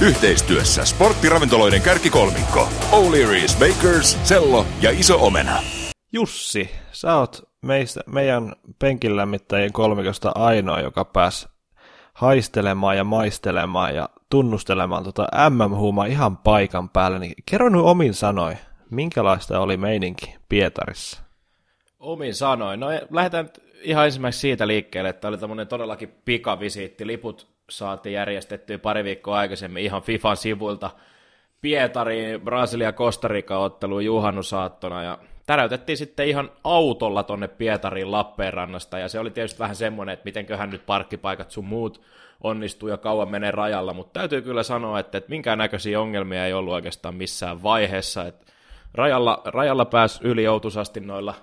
Yhteistyössä sporttiravintoloiden kärkikolmikko O'Leary's Bakers, Cello ja Iso Omena. Jussi, sä oot meidän penkinlämmittäjien kolmikosta ainoa, joka pääsi haistelemaan ja maistelemaan ja tunnustelemaan MM-huumaa ihan paikan päällä. Niin kerro nyt omin sanoin, minkälaista oli meininki Pietarissa? Omin sanoin. No lähdetään ihan ensimmäiseksi siitä liikkeelle, että oli tämmöinen todellakin pikavisiitti. Liput saatiin järjestettyä pari viikkoa aikaisemmin ihan FIFAn sivuilta Pietariin, Brasilia-Costa Rica-otteluun juhannusaattona ja täräytettiin sitten ihan autolla tonne Pietariin Lappeenrannasta, ja se oli tietysti vähän semmoinen, että mitenköhän nyt parkkipaikat sun muut onnistuu ja kauan menee rajalla, mutta täytyy kyllä sanoa, että minkäännäköisiä ongelmia ei ollut oikeastaan missään vaiheessa, että rajalla pääsi yli joutuisasti noilla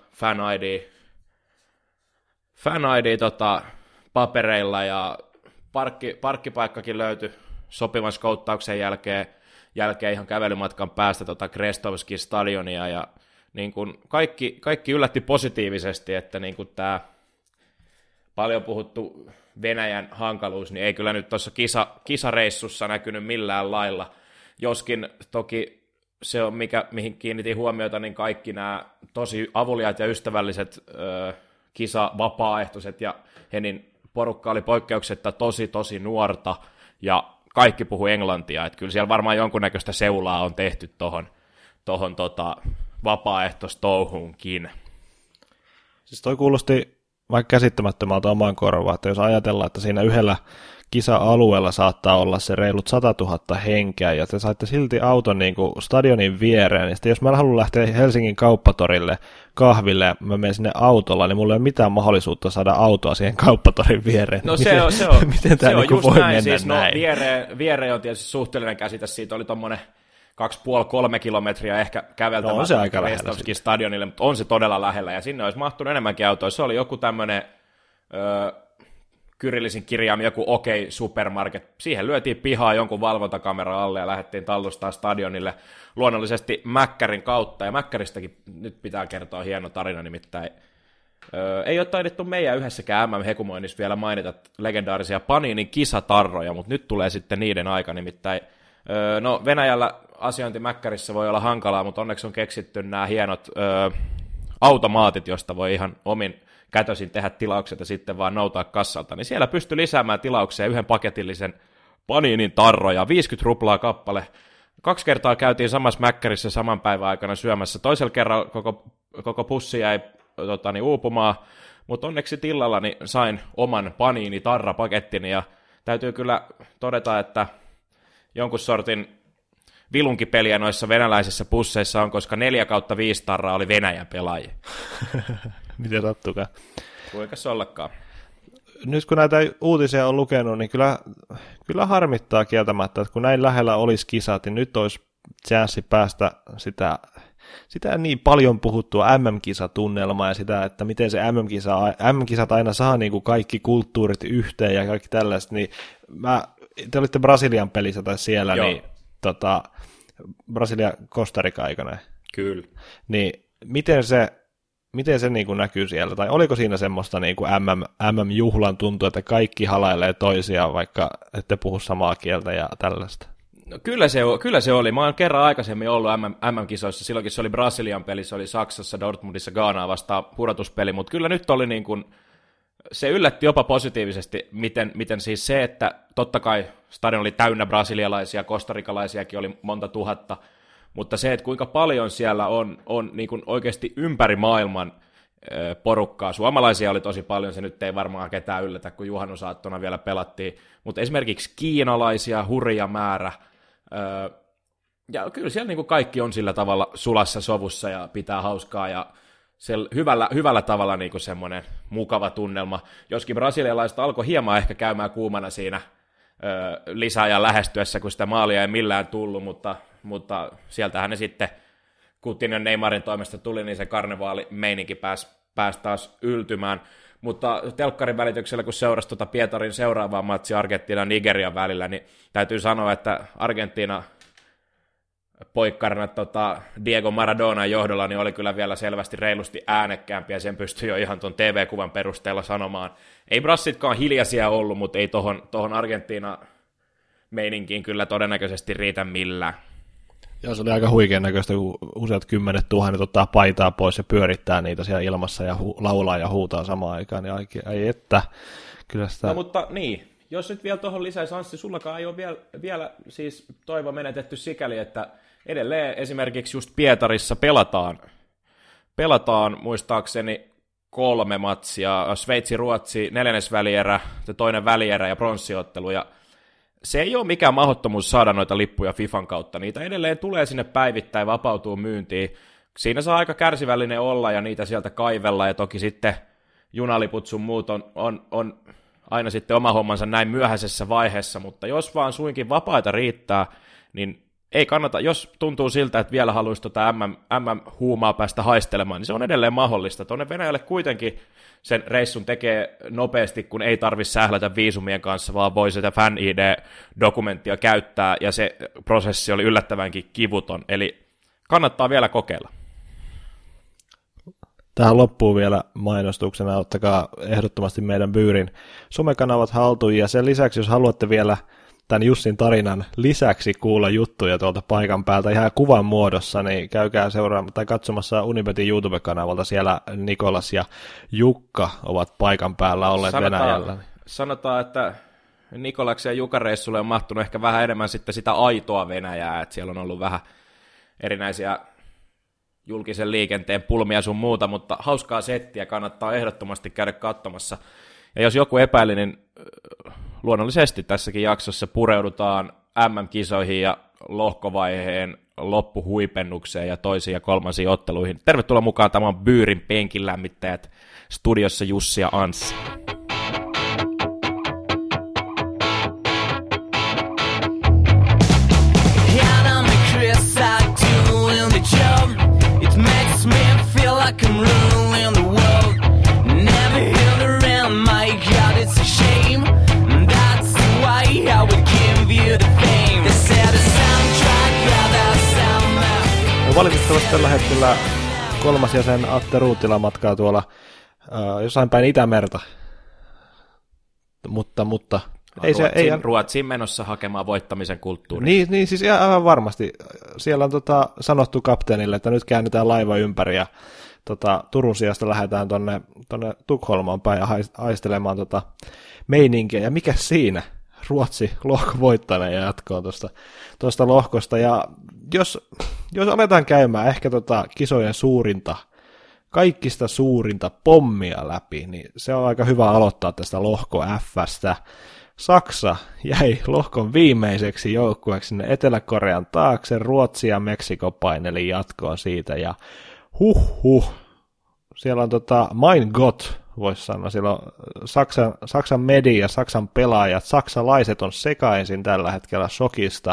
Fan ID papereilla, ja parkkipaikkakin löytyi sopivan skouttauksen jälkeen ihan kävelymatkan päästä Krestovskin stadionia, ja niin kuin kaikki yllätti positiivisesti, että niin kuin tämä paljon puhuttu Venäjän hankaluus, niin ei kyllä nyt tuossa kisareissussa näkynyt millään lailla, joskin toki se on, mihin kiinnitin huomiota, niin kaikki nämä tosi avuliaat ja ystävälliset kisavapaaehtoiset, ja henin porukka oli poikkeuksetta tosi nuorta, ja kaikki puhu englantia, että kyllä siellä varmaan jonkunnäköistä seulaa on tehty tohon vapaaehtoistouhuunkin. Siis toi kuulosti vaikka käsittämättömältä omaan korvaan, että jos ajatellaan, että siinä yhdellä kisa-alueella saattaa olla se reilut 100 000 henkeä, ja te saitte silti auton niin kuin stadionin viereen, ja sitten jos mä haluan lähteä Helsingin kauppatorille kahville, ja mä menen sinne autolla, niin mulla ei ole mitään mahdollisuutta saada autoa siihen kauppatorin viereen. No miten tämä niin just voi näin, mennä siis, näin? Viereen on tietysti suhteellinen käsite, siitä oli tommonen 2,5-3 kilometriä ehkä käveltämään Krestovskin stadionille, mutta on se todella lähellä, ja sinne olisi mahtunut enemmänkin autoja. Se oli joku tämmöinen kyrillisin kirjaami, joku Supermarket. Siihen lyötiin pihaa jonkun valvontakamera alle ja lähdettiin tallustaa stadionille luonnollisesti Mäkkärin kautta, ja Mäkkäristäkin nyt pitää kertoa hieno tarina, nimittäin ei ole taidettu meidän yhdessäkään MM-hekumoinnissa vielä mainita legendaarisia Paninin kisatarroja, mutta nyt tulee sitten niiden aika, nimittäin no Venäjällä asiointi Mäkkärissä voi olla hankalaa, mutta onneksi on keksitty nämä hienot automaatit, josta voi ihan omin kätösin tehdä tilaukset ja sitten vaan noutaa kassalta, niin siellä pystyi lisäämään tilauksia yhden paketillisen Paninin tarroja, 50 ruplaa kappale. 2 kertaa käytiin samassa Mäkkärissä saman päivän aikana syömässä, toisella kerralla koko pussi jäi uupumaan, mutta onneksi tilalla niin sain oman Panini-tarrapakettini, ja täytyy kyllä todeta, että jonkun sortin vilunkipeliä noissa venäläisissä pusseissa on, koska 4/5 tarraa oli Venäjän pelaajia. Miten sattukaan? Kuinka se ollakaan? Nyt kun näitä uutisia on lukenut, niin kyllä harmittaa kieltämättä, että kun näin lähellä olisi kisat, niin nyt olisi chanssi päästä sitä niin paljon puhuttua MM-kisatunnelmaa ja sitä, että miten se MM-kisat aina saa niin kuin kaikki kulttuurit yhteen ja kaikki tällaiset, niin te olitte Brasilian pelissä tai siellä, Joo. niin Brasilia-Costa Rica aikana. Kyllä. Niin miten se niin kuin näkyy siellä, tai oliko siinä semmoista niin kuin MM-juhlan tuntua, että kaikki halailee toisiaan, vaikka ette puhu samaa kieltä ja tällaista? No, kyllä se oli. Mä oon kerran aikaisemmin ollut MM-kisoissa, silloinkin se oli Brasilian peli, se oli Saksassa, Dortmundissa, Ghanaa vastaan pudotuspeli, mutta kyllä nyt oli niin kuin, se yllätti jopa positiivisesti, miten siis se, että totta kai stadion oli täynnä brasilialaisia, kostarikalaisiakin oli monta tuhatta, mutta se, että kuinka paljon siellä on niin kuin oikeasti ympäri maailman porukkaa. Suomalaisia oli tosi paljon, se nyt ei varmaan ketään yllätä, kun juhannusaattona vielä pelattiin, mutta esimerkiksi kiinalaisia hurja määrä. Ja kyllä siellä niin kuin kaikki on sillä tavalla sulassa sovussa ja pitää hauskaa ja hyvällä tavalla niin kuin semmoinen mukava tunnelma. Joskin brasilialaiset alkoi hieman ehkä käymään kuumana siinä lisäajan lähestyessä, kun sitä maalia ei millään tullut, mutta sieltähän ne sitten, kun Neymarin toimesta tuli, niin se karnevaalimeininki pääsi taas yltymään. Mutta telkkarin välityksellä, kun seurasi Pietarin seuraavaa matsia Argentiinan Nigerian välillä, niin täytyy sanoa, että Argentiina poikkarina Diego Maradonan johdolla niin oli kyllä vielä selvästi reilusti äänekkäämpi, ja sen pystyi jo ihan tuon TV-kuvan perusteella sanomaan. Ei brassitkaan hiljaisia ollut, mutta ei tohon Argentiina meininkiin kyllä todennäköisesti riitä millään. Joo, se oli aika huikean näköistä, kun useat 10 000 ottaa paitaa pois ja pyörittää niitä siellä ilmassa ja laulaa ja huutaa samaan aikaan, niin ai että, kyllä sitä... No mutta niin, jos nyt vielä tuohon lisäisi, Anssi, sullakaan ei ole vielä siis toivo menetetty sikäli, että edelleen esimerkiksi just Pietarissa pelataan muistaakseni 3 matsia, Sveitsi-Ruotsi, 4. välierä, toinen välierä ja pronssiottelu, ja se ei ole mikään mahdottomuus saada noita lippuja FIFAn kautta. Niitä edelleen tulee sinne päivittäin, vapautuu myyntiin. Siinä saa aika kärsivällinen olla ja niitä sieltä kaivella. Ja toki sitten junaliput sun muut on aina sitten oma hommansa näin myöhäisessä vaiheessa. Mutta jos vaan suinkin vapaita riittää, niin ei kannata. Jos tuntuu siltä, että vielä haluaisi MM-huumaa päästä haistelemaan, niin se on edelleen mahdollista. Tuonne Venäjälle kuitenkin sen reissun tekee nopeasti, kun ei tarvitse sählätä viisumien kanssa, vaan voi sitä Fan-ID-dokumenttia käyttää, ja se prosessi oli yllättävänkin kivuton, eli kannattaa vielä kokeilla. Tähän loppuu vielä mainostuksena, ottakaa ehdottomasti meidän Byyrin somekanavat haltuun, ja sen lisäksi, jos haluatte vielä tämän Jussin tarinan lisäksi kuulla juttuja tuolta paikan päältä ihan kuvan muodossa, niin käykää seuraamaan tai katsomassa Unibetin YouTube-kanavalta. Siellä Nikolas ja Jukka ovat paikan päällä olleet Venäjällä. Sanotaan, että Nikolaksen ja Jukan reissulle on mahtunut ehkä vähän enemmän sitten sitä aitoa Venäjää, että siellä on ollut vähän erinäisiä julkisen liikenteen pulmia sun muuta, mutta hauskaa settiä, kannattaa ehdottomasti käydä katsomassa. Ja jos joku epäili, niin luonnollisesti tässäkin jaksossa pureudutaan MM-kisoihin ja lohkovaiheen loppuhuipennukseen ja toisiin ja kolmansiin otteluihin. Tervetuloa mukaan, tämä on Byyrin penkin lämmittäjät, studiossa Jussi ja Anssi. Valitettavasti tällä hetkellä 3. jäsen Atte Ruutila matkaa tuolla jossain päin Itämerta, mutta ei Ruotsiin menossa hakemaan voittamisen kulttuuria. Niin siis aivan varmasti. Siellä on sanottu kapteenille, että nyt käännetään laiva ympäri ja Turun sijasta lähdetään tonne Tukholmaan päin ja haistelemaan meininkiä. Ja mikä siinä? Ruotsi lohkovoittajana ja jatkoon tuosta lohkosta. Ja jos aletaan käymään ehkä kisojen kaikista suurinta pommia läpi, niin se on aika hyvä aloittaa tästä lohko F:stä. Saksa jäi lohkon viimeiseksi joukkueeksi sinne Etelä-Korean taakse, Ruotsi ja Meksiko paineli jatkoon siitä, ja siellä on mein Gott, voisi sanoa, siellä on Saksan media, Saksan pelaajat, saksalaiset on sekaisin tällä hetkellä shokista.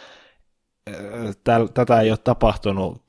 Tätä ei ole tapahtunut,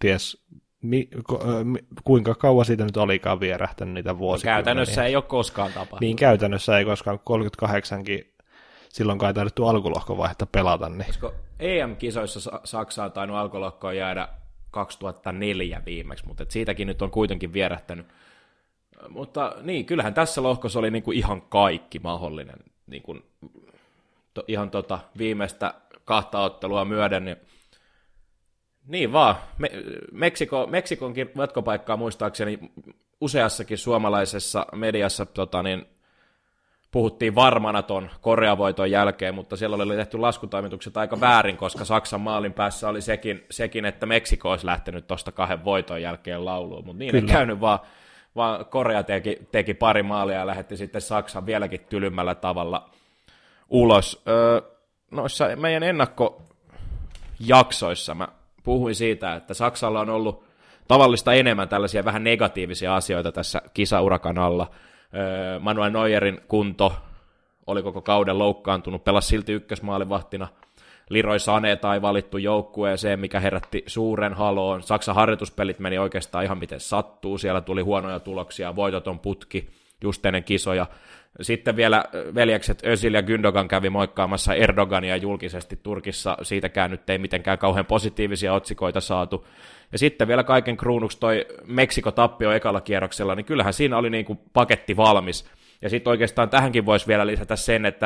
kuinka kauan siitä nyt olikaan vierähtänyt niitä vuosikymmeniä. Käytännössä ei ole koskaan tapahtunut. Niin, käytännössä ei koskaan, 38kin silloin kai taidettu alkulohkovaihetta pelata. Niin. Koska EM-kisoissa Saksa on tainnut alkulohkoon jäädä 2004 viimeksi, mutta siitäkin nyt on kuitenkin vierähtänyt. Mutta niin, kyllähän tässä lohkossa oli niinku ihan kaikki mahdollinen. Niinku, ihan viimeistä 2 ottelua myöden. Niin vaan, Meksikonkin jatkopaikkaa muistaakseni useassakin suomalaisessa mediassa puhuttiin varmana ton Korea-voiton jälkeen, mutta siellä oli tehty laskutaimitukset aika väärin, koska Saksan maalin päässä oli sekin että Meksiko olisi lähtenyt tuosta 2 voiton jälkeen lauluun, mutta niin ei käynyt, vaan Korea teki pari maalia ja lähetti sitten Saksan vieläkin tylymmällä tavalla ulos. Noissa meidän ennakkojaksoissa mä puhuin siitä, että Saksalla on ollut tavallista enemmän tällaisia vähän negatiivisia asioita tässä kisaurakan alla. Manuel Neuerin kunto oli koko kauden loukkaantunut, pelasi silti ykkösmaalivahtina. Leroy Sané ei valittu joukkueeseen, mikä herätti suuren haloon. Saksan harjoituspelit meni oikeastaan ihan miten sattuu, siellä tuli huonoja tuloksia, voitoton putki just ennen kisoja. Sitten vielä veljekset Özil ja Gündogan kävi moikkaamassa Erdogania julkisesti Turkissa, siitäkään nyt ei mitenkään kauhean positiivisia otsikoita saatu. Ja sitten vielä kaiken kruunuksi toi Meksiko-tappio ekalla kierroksella, niin kyllähän siinä oli niin kuin paketti valmis. Ja sitten oikeastaan tähänkin voisi vielä lisätä sen, että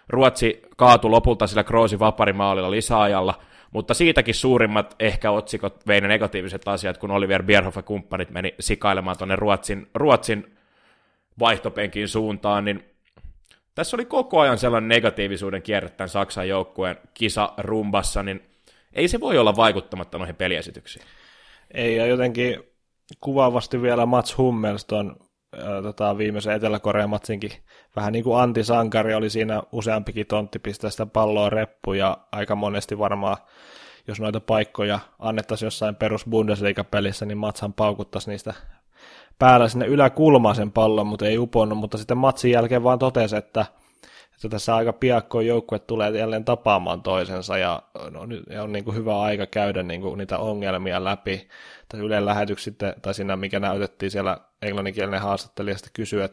Ruotsi kaatui lopulta sillä Kroosin vaparimaalilla lisäajalla, mutta siitäkin suurimmat ehkä otsikot vei ne negatiiviset asiat, kun Oliver Bierhoff ja kumppanit meni sikailemaan tuonne Ruotsin vaihtopenkin suuntaan, niin tässä oli koko ajan sellainen negatiivisuuden kierre tämän Saksan joukkueen kisarumbassa, niin ei se voi olla vaikuttamatta noihin peliesityksiin. Ei, ja jotenkin kuvaavasti vielä Mats Hummels tuon viimeisen Etelä-Korean matsinkin vähän niin kuin antisankari, oli siinä useampikin tontti pistää sitä palloa reppuun, ja aika monesti varmaan, jos noita paikkoja annettaisiin jossain perus Bundesliga-pelissä, niin Matshan paukuttaisi niistä päällä sinne yläkulmaan sen pallon, mutta ei uponnut, mutta sitten matsin jälkeen vaan totesi, että tässä aika piakkoin joukkue tulee jälleen tapaamaan toisensa, ja nyt on niin kuin hyvä aika käydä niin kuin niitä ongelmia läpi. Ylen lähetyksi sitten, tai siinä mikä näytettiin siellä englanninkielinen haastattelija sitten kysyi,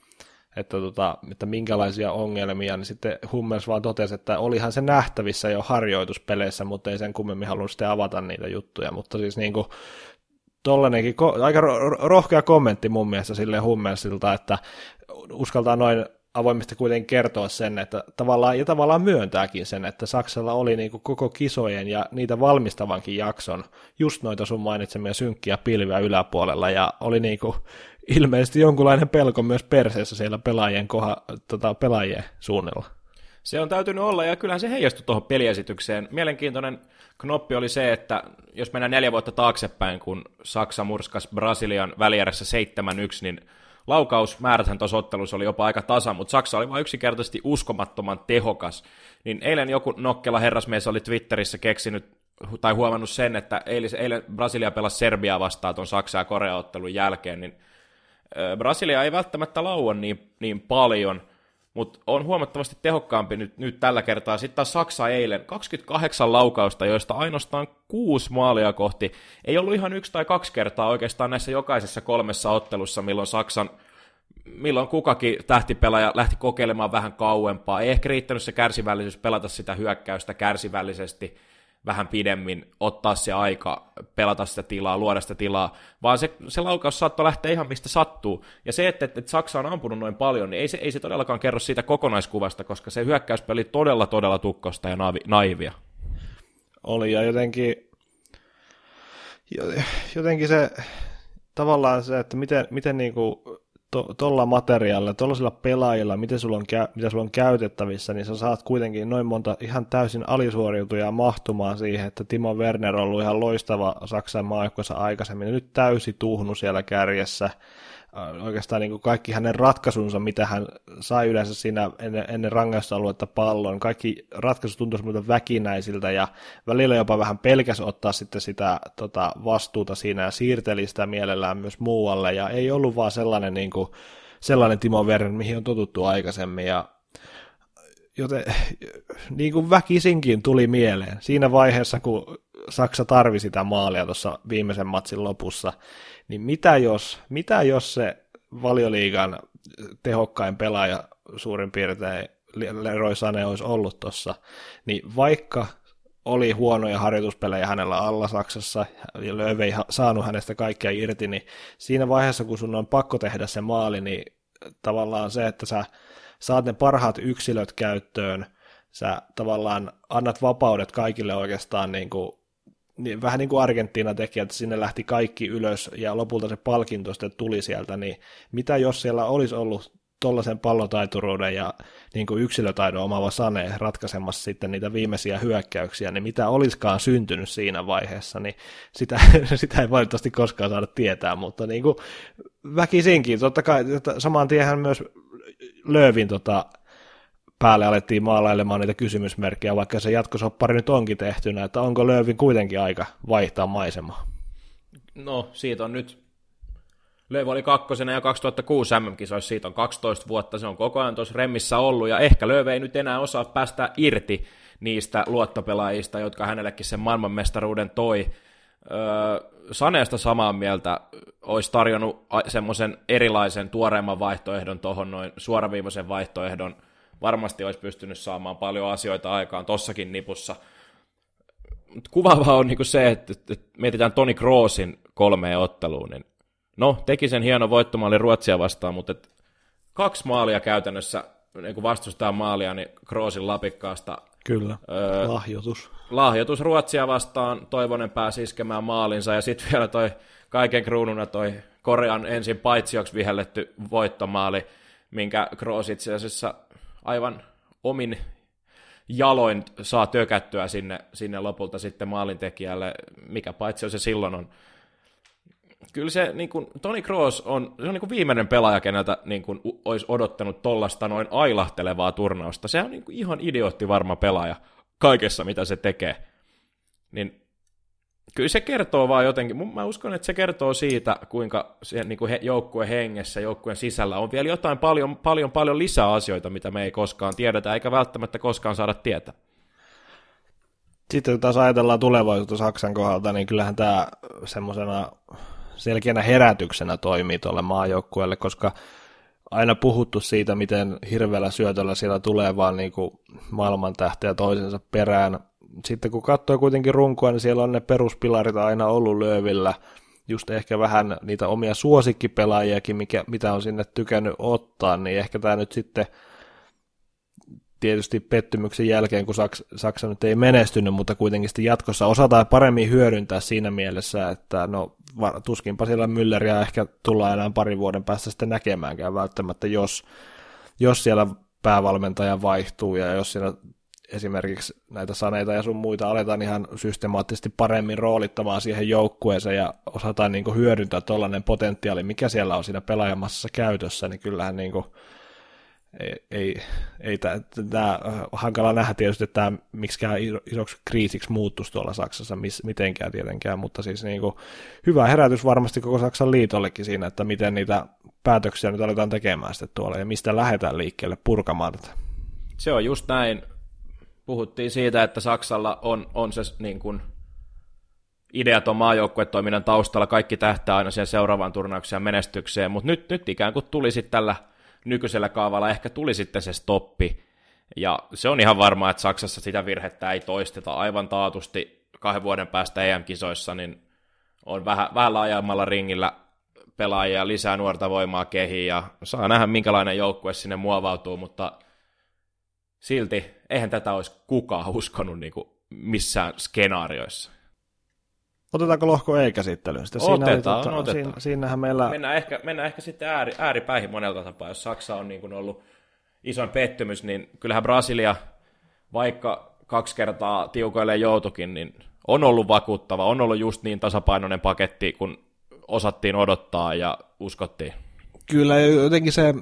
että minkälaisia ongelmia, niin sitten Hummels vaan totesi, että olihan se nähtävissä jo harjoituspeleissä, mutta ei sen kummemmin halunnut sitten avata niitä juttuja, mutta siis niin kuin tollanenkin aika rohkea kommentti mun mielestä silleen Hummelsilta, että uskaltaa noin avoimesti kuitenkin kertoa sen, että tavallaan myöntääkin sen, että Saksalla oli niin kuin koko kisojen ja niitä valmistavankin jakson just noita sun mainitsemia synkkiä pilviä yläpuolella, ja oli niin kuin ilmeisesti jonkunlainen pelko myös perseessä siellä pelaajien suunnilla. Se on täytynyt olla, ja kyllähän se heijastui tuohon peliesitykseen. Mielenkiintoinen knoppi oli se, että jos mennään 4 vuotta taaksepäin, kun Saksa murskasi Brasilian välierässä 7-1, niin laukausmääräthän tuossa ottelussa oli jopa aika tasa, mutta Saksa oli vain yksinkertaisesti uskomattoman tehokas. Niin eilen joku nokkela herrasmies oli Twitterissä keksinyt tai huomannut sen, että eilen Brasilia pelasi Serbiaa vastaan tuon Saksa- ja Korea-ottelun jälkeen, niin Brasilia ei välttämättä laua niin paljon, mutta on huomattavasti tehokkaampi nyt tällä kertaa. Sitten taas Saksa eilen 28 laukausta, joista ainoastaan 6 maalia kohti. Ei ollut ihan 1 tai 2 kertaa oikeastaan näissä jokaisessa 3 ottelussa, milloin kukakin tähtipelaaja lähti kokeilemaan vähän kauempaa. Ei ehkä riittänyt se kärsivällisyys pelata sitä hyökkäystä kärsivällisesti vähän pidemmin, ottaa se aika, pelata sitä tilaa, luoda sitä tilaa, vaan se laukaus saattoi lähteä ihan mistä sattuu. Ja se, että Saksa on ampunut noin paljon, niin ei se todellakaan kerro siitä kokonaiskuvasta, koska se hyökkäyspeli todella, todella tukkosta ja naivia. Oli, ja jotenkin se tavallaan se, että miten niinku tuolla materiaalilla, tuollaisilla pelaajilla, mitä sulla on käytettävissä, niin sä saat kuitenkin noin monta ihan täysin alisuoriutujaa mahtumaan siihen, että Timo Werner on ollut ihan loistava Saksan maajoukkueessa aikaisemmin, ja nyt täysi tuhnu siellä kärjessä. Oikeastaan niin kuin kaikki hänen ratkaisunsa, mitä hän sai yleensä siinä ennen rangaistusaluetta pallon, kaikki ratkaisut tuntuisi muuten väkinäisiltä, ja välillä jopa vähän pelkäs ottaa sitten sitä vastuuta siinä ja siirteli sitä mielellään myös muualle, ja ei ollut vaan sellainen Timo Werner, mihin on totuttu aikaisemmin, ja joten niin kuin väkisinkin tuli mieleen siinä vaiheessa, kun Saksa tarvisi sitä maalia tuossa viimeisen matsin lopussa, niin mitä jos se Valioliigan tehokkain pelaaja suurin piirtein Leroy Sané olisi ollut tuossa, niin vaikka oli huonoja harjoituspelejä hänellä alla Saksassa, ja Löw ei saanut hänestä kaikkea irti, niin siinä vaiheessa, kun sun on pakko tehdä se maali, niin tavallaan se, että sä saat ne parhaat yksilöt käyttöön, sä tavallaan annat vapaudet kaikille oikeastaan vähän niin kuin Argentiina teki, että sinne lähti kaikki ylös ja lopulta se palkinto sitten tuli sieltä, niin mitä jos siellä olisi ollut tollaisen pallotaituruuden ja niin kuin yksilötaidon omaava Sané ratkaisemassa sitten niitä viimeisiä hyökkäyksiä, niin mitä olisikaan syntynyt siinä vaiheessa, niin sitä ei valitettavasti koskaan saada tietää, mutta niin kuin väkisinkin, totta kai saman tienhän myös Löwin päälle alettiin maalailemaan niitä kysymysmerkkejä, vaikka se jatkosoppari nyt onkin tehtynä, että onko Löwin kuitenkin aika vaihtaa maisemaa? No, siitä on nyt, Löw oli 2. ja 2006 MM-kisoissa, siitä on 12 vuotta, se on koko ajan tuossa remmissä ollut, ja ehkä Löw ei nyt enää osaa päästä irti niistä luottopelaajista, jotka hänellekin sen maailmanmestaruuden toi. Saneesta samaa mieltä, olisi tarjonnut semmoisen erilaisen tuoreemman vaihtoehdon tuohon noin suoraviivaisen vaihtoehdon, varmasti olisi pystynyt saamaan paljon asioita aikaan tossakin nipussa. Kuvaavaa on niinku se, että mietitään Toni Kroosin 3 otteluun, niin no, teki sen hieno voittomaali Ruotsia vastaan, mutta 2 maalia käytännössä niin vastustajan maalia, niin Kroosin lapikkaasta. Kyllä, lahjoitus Ruotsia vastaan, Toivonen pääsi iskemään maalinsa, ja sitten vielä toi kaiken kruununa toi Korean ensin paitsioksi vihelletty voittomaali, minkä Kroos itse asiassa aivan omin jaloin saa tökättyä sinne lopulta sitten maalintekijälle, mikä paitsio se silloin on. Kyllä se, niin kuin, Toni Kroos on niin kuin viimeinen pelaaja, keneltä niin kuin, olisi odottanut tollasta noin ailahtelevaa turnausta. Se on niin kuin, ihan idioottivarma pelaaja kaikessa, mitä se tekee. Niin, kyllä se kertoo vaan jotenkin, mä uskon, että se kertoo siitä, kuinka se, niin kuin joukkueen hengessä, joukkueen sisällä on vielä jotain paljon lisää asioita, mitä me ei koskaan tiedetä, eikä välttämättä koskaan saada tietää. Sitten kun taas ajatellaan tulevaisuutta Saksan kohdalta, niin kyllähän tämä semmoisena selkeänä herätyksenä toimii tuolle maajoukkueelle, koska aina puhuttu siitä, miten hirveällä syötöllä siellä tulee vaan niin kuin maailmantähteä toisensa perään. Sitten kun katsoo kuitenkin runkoa, niin siellä on ne peruspilarit aina ollut Löövillä, just ehkä vähän niitä omia suosikkipelaajiakin, mitä on sinne tykännyt ottaa, niin ehkä tämä nyt sitten tietysti pettymyksen jälkeen, kun Saksa nyt ei menestynyt, mutta kuitenkin sitten jatkossa osataan paremmin hyödyntää siinä mielessä, että no tuskinpa siellä Mülleriä ehkä tullaan enää parin vuoden päästä sitten näkemäänkään välttämättä, jos siellä päävalmentaja vaihtuu ja jos siellä esimerkiksi näitä Saneita ja sun muita aletaan ihan systemaattisesti paremmin roolittamaan siihen joukkueeseen ja osataan niin kuin hyödyntää tuollainen potentiaali, mikä siellä on siinä pelaajamassassa käytössä, niin kyllähän niin kuin ei tämä hankala nähdä tietysti, että tämä miksikään isoksi kriisiksi muuttuisi tuolla Saksassa mitenkään tietenkään, mutta siis niin kuin hyvä herätys varmasti koko Saksan liitollekin siinä, että miten niitä päätöksiä nyt aletaan tekemään sitten tuolla ja mistä lähdetään liikkeelle purkamaan tätä. Se on just näin. Puhuttiin siitä, että Saksalla on se niin kuin ideaton maajoukkuetoiminnan taustalla, kaikki tähtää aina siihen seuraavaan turnaukseen ja menestykseen, mutta nyt ikään kuin tuli sitten tällä nykyisellä kaavalla ehkä tuli sitten se stoppi, ja se on ihan varmaa, että Saksassa sitä virhettä ei toisteta aivan taatusti 2 vuoden päästä EM-kisoissa, niin on vähän laajemmalla ringillä pelaajia, lisää nuorta voimaa kehiin, ja saa nähdä minkälainen joukkue sinne muovautuu, mutta silti eihän tätä olisi kukaan uskonut niin kuin missään skenaarioissa. Otetaanko lohko ei-käsittelyyn? Otetaan. Siinähän meillä Mennään ehkä sitten ääripäihin monelta tapaa. Jos Saksa on niin kuin ollut isoin pettymys, niin kyllähän Brasilia, vaikka 2 kertaa tiukoille joutukin, niin on ollut vakuuttava, on ollut just niin tasapainoinen paketti, kun osattiin odottaa ja uskottiin. Kyllä jotenkin se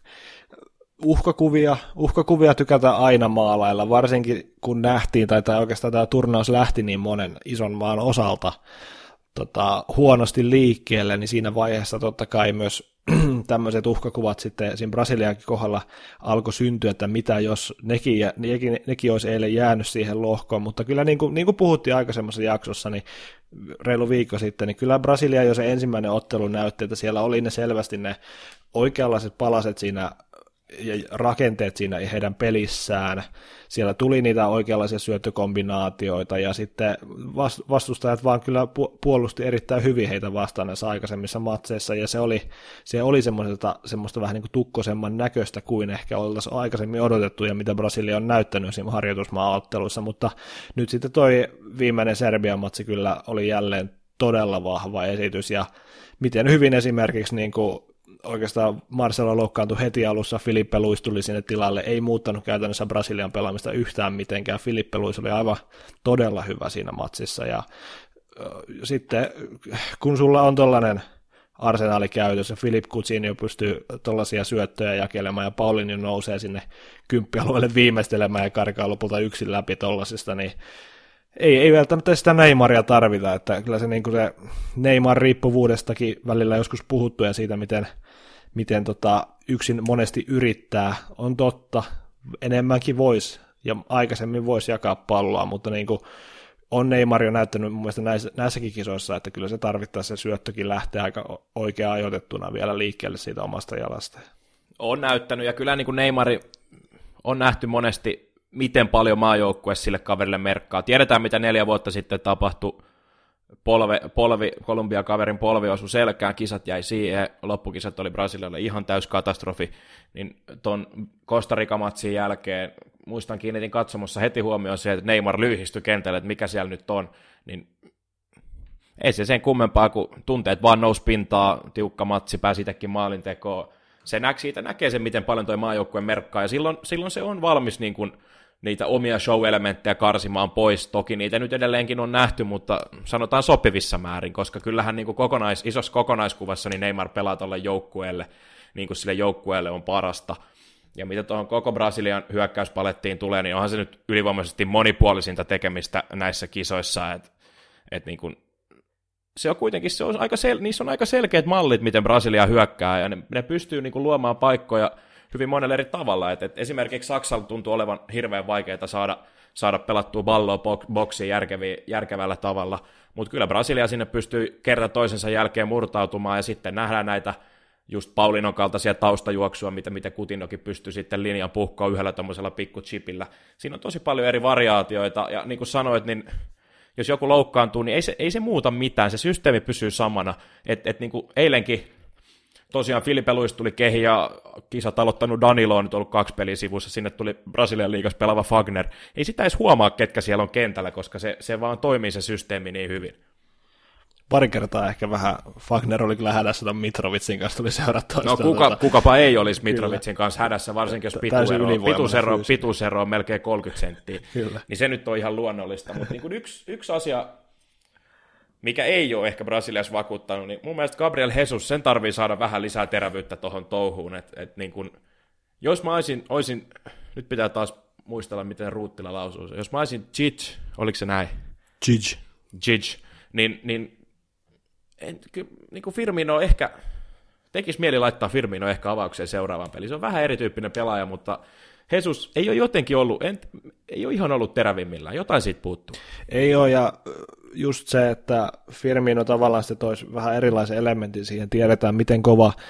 uhkakuvia tykätään aina maalailla, varsinkin kun nähtiin, tai oikeastaan tämä turnaus lähti niin monen ison maan osalta huonosti liikkeelle, niin siinä vaiheessa totta kai myös tämmöiset uhkakuvat sitten siinä Brasiliankin kohdalla alkoi syntyä, että mitä jos nekin olisi eilen jäänyt siihen lohkoon, mutta kyllä niin kuin puhuttiin aikaisemmassa jaksossa, niin reilu viikko sitten, niin kyllä Brasilia jo se ensimmäinen ottelu näytti, että siellä oli ne selvästi ne oikeanlaiset palaset siinä ja rakenteet siinä heidän pelissään. Siellä tuli niitä oikeanlaisia syöttökombinaatioita ja sitten vastustajat vaan kyllä puolusti erittäin hyvin heitä vastaan näissä aikaisemmissa matseissa ja se oli semmoista vähän niin kuin tukkosemman näköistä kuin ehkä oltaisiin aikaisemmin odotettu ja mitä Brasilia on näyttänyt siinä harjoitusmaa-otteluissa, mutta nyt sitten toi viimeinen Serbian matsi kyllä oli jälleen todella vahva esitys ja miten hyvin esimerkiksi niin kuin oikeastaan Marcelo loukkaantui heti alussa, Filipe Luis tuli sinne tilalle, ei muuttanut käytännössä Brasilian pelaamista yhtään mitenkään, Filipe Luis oli aivan todella hyvä siinä matsissa, ja sitten kun sulla on tollainen arsenaali käytössä, Philip Coutinho pystyy tollaisia syöttöjä jakelemaan, ja Paulinho nousee sinne kymppialueelle viimeistelemään ja karkaa lopulta yksin läpi tollasista, niin ei välttämättä sitä Neymaria tarvita, että kyllä se, niin kuin se Neymar-riippuvuudestakin välillä joskus puhuttu ja siitä, miten yksin monesti yrittää, on totta, enemmänkin voisi ja aikaisemmin voisi jakaa palloa, mutta niin kuin on Neymar jo näyttänyt mun mielestä näissäkin kisoissa, että kyllä se tarvittaessa se syöttökin lähtee aika oikein ajoitettuna vielä liikkeelle siitä omasta jalasta. On näyttänyt ja kyllä niin kuin Neymari on nähty monesti, miten paljon maajoukkue sille kaverille merkkaa. Tiedetään, mitä 4 vuotta sitten tapahtui Kolumbia-kaverin polvi osui selkään, kisat jäi siihen, loppukisat oli Brasilialle ihan täys katastrofi, niin ton Costa Rica-matsin jälkeen muistan kiinnitin katsomossa heti huomioon se, että Neymar lyhistyi kentälle, että mikä siellä nyt on, niin ei se sen kummempaa, kun tunteet vaan nousi pintaa, tiukka matsi, pääsi itsekin maalintekoon, siitä näkee sen, miten paljon toi maajoukkue merkkaa, ja silloin se on valmis niin kuin niitä omia show-elementtejä karsimaan pois. Toki niitä nyt edelleenkin on nähty, mutta sanotaan sopivissa määrin, koska kyllähän niin kuin isossa kokonaiskuvassa niin Neymar pelaa tuolle joukkueelle, niin kuin sille joukkueelle on parasta. Ja mitä tuohon koko Brasilian hyökkäyspalettiin tulee, niin onhan se nyt ylivoimaisesti monipuolisinta tekemistä näissä kisoissa, että niin kuin se on kuitenkin, niissä on aika selkeät mallit, miten Brasilia hyökkää, ja ne pystyy niin kuin luomaan paikkoja hyvin monella eri tavalla. Et esimerkiksi Saksalla tuntuu olevan hirveän vaikeaa saada pelattua palloa boksiin järkevällä tavalla, mutta kyllä Brasilia sinne pystyy kerta toisensa jälkeen murtautumaan, ja sitten nähdään näitä just Paulinon kaltaisia taustajuoksua, mitä Coutinhokin pystyy sitten linjan puhkoon yhdellä tommosella pikkuchipillä. Siinä on tosi paljon eri variaatioita, ja niin kuin sanoit, niin jos joku loukkaantuu, niin ei se muuta mitään, se systeemi pysyy samana. Niin kuin eilenkin tosiaan Filipe Luis tuli kehi ja kisat aloittanut Danilo on nyt ollut 2 peliä sivussa, sinne tuli Brasilian liigassa pelaava Fagner. Ei sitä edes huomaa, ketkä siellä on kentällä, koska se vaan toimii se systeemi niin hyvin. Pari kertaa ehkä vähän, Fagner oli kyllä hädässä ton Mitrovicin kanssa, tuli seurattua. No kukapa ei olisi Mitrovicin kanssa hädässä, varsinkin jos pituusero on melkein 30 senttiä, niin se nyt on ihan luonnollista. Mutta niin yksi asia, mikä ei ole ehkä Brasiliassa vakuuttanut, niin mun mielestä Gabriel Jesus, sen tarvii saada vähän lisää terävyyttä tuohon touhuun. Niin kun, jos mä olisin, nyt pitää taas muistella, miten Ruuttila lausuu. Jos mä olisin Gigi, oliko se näin? Gigi, niin kuin Firmino ehkä, tekisi mieli laittaa Firmino ehkä avaukseen seuraavaan peliin. Se on vähän erityyppinen pelaaja, mutta Jesus ei ole jotenkin ollut, ei ole ihan ollut terävimmillään, jotain siitä puuttuu. Ei ole, ja just se, että Firmino tavallaan sitten toisi vähän erilaisen elementin siihen, tiedetään miten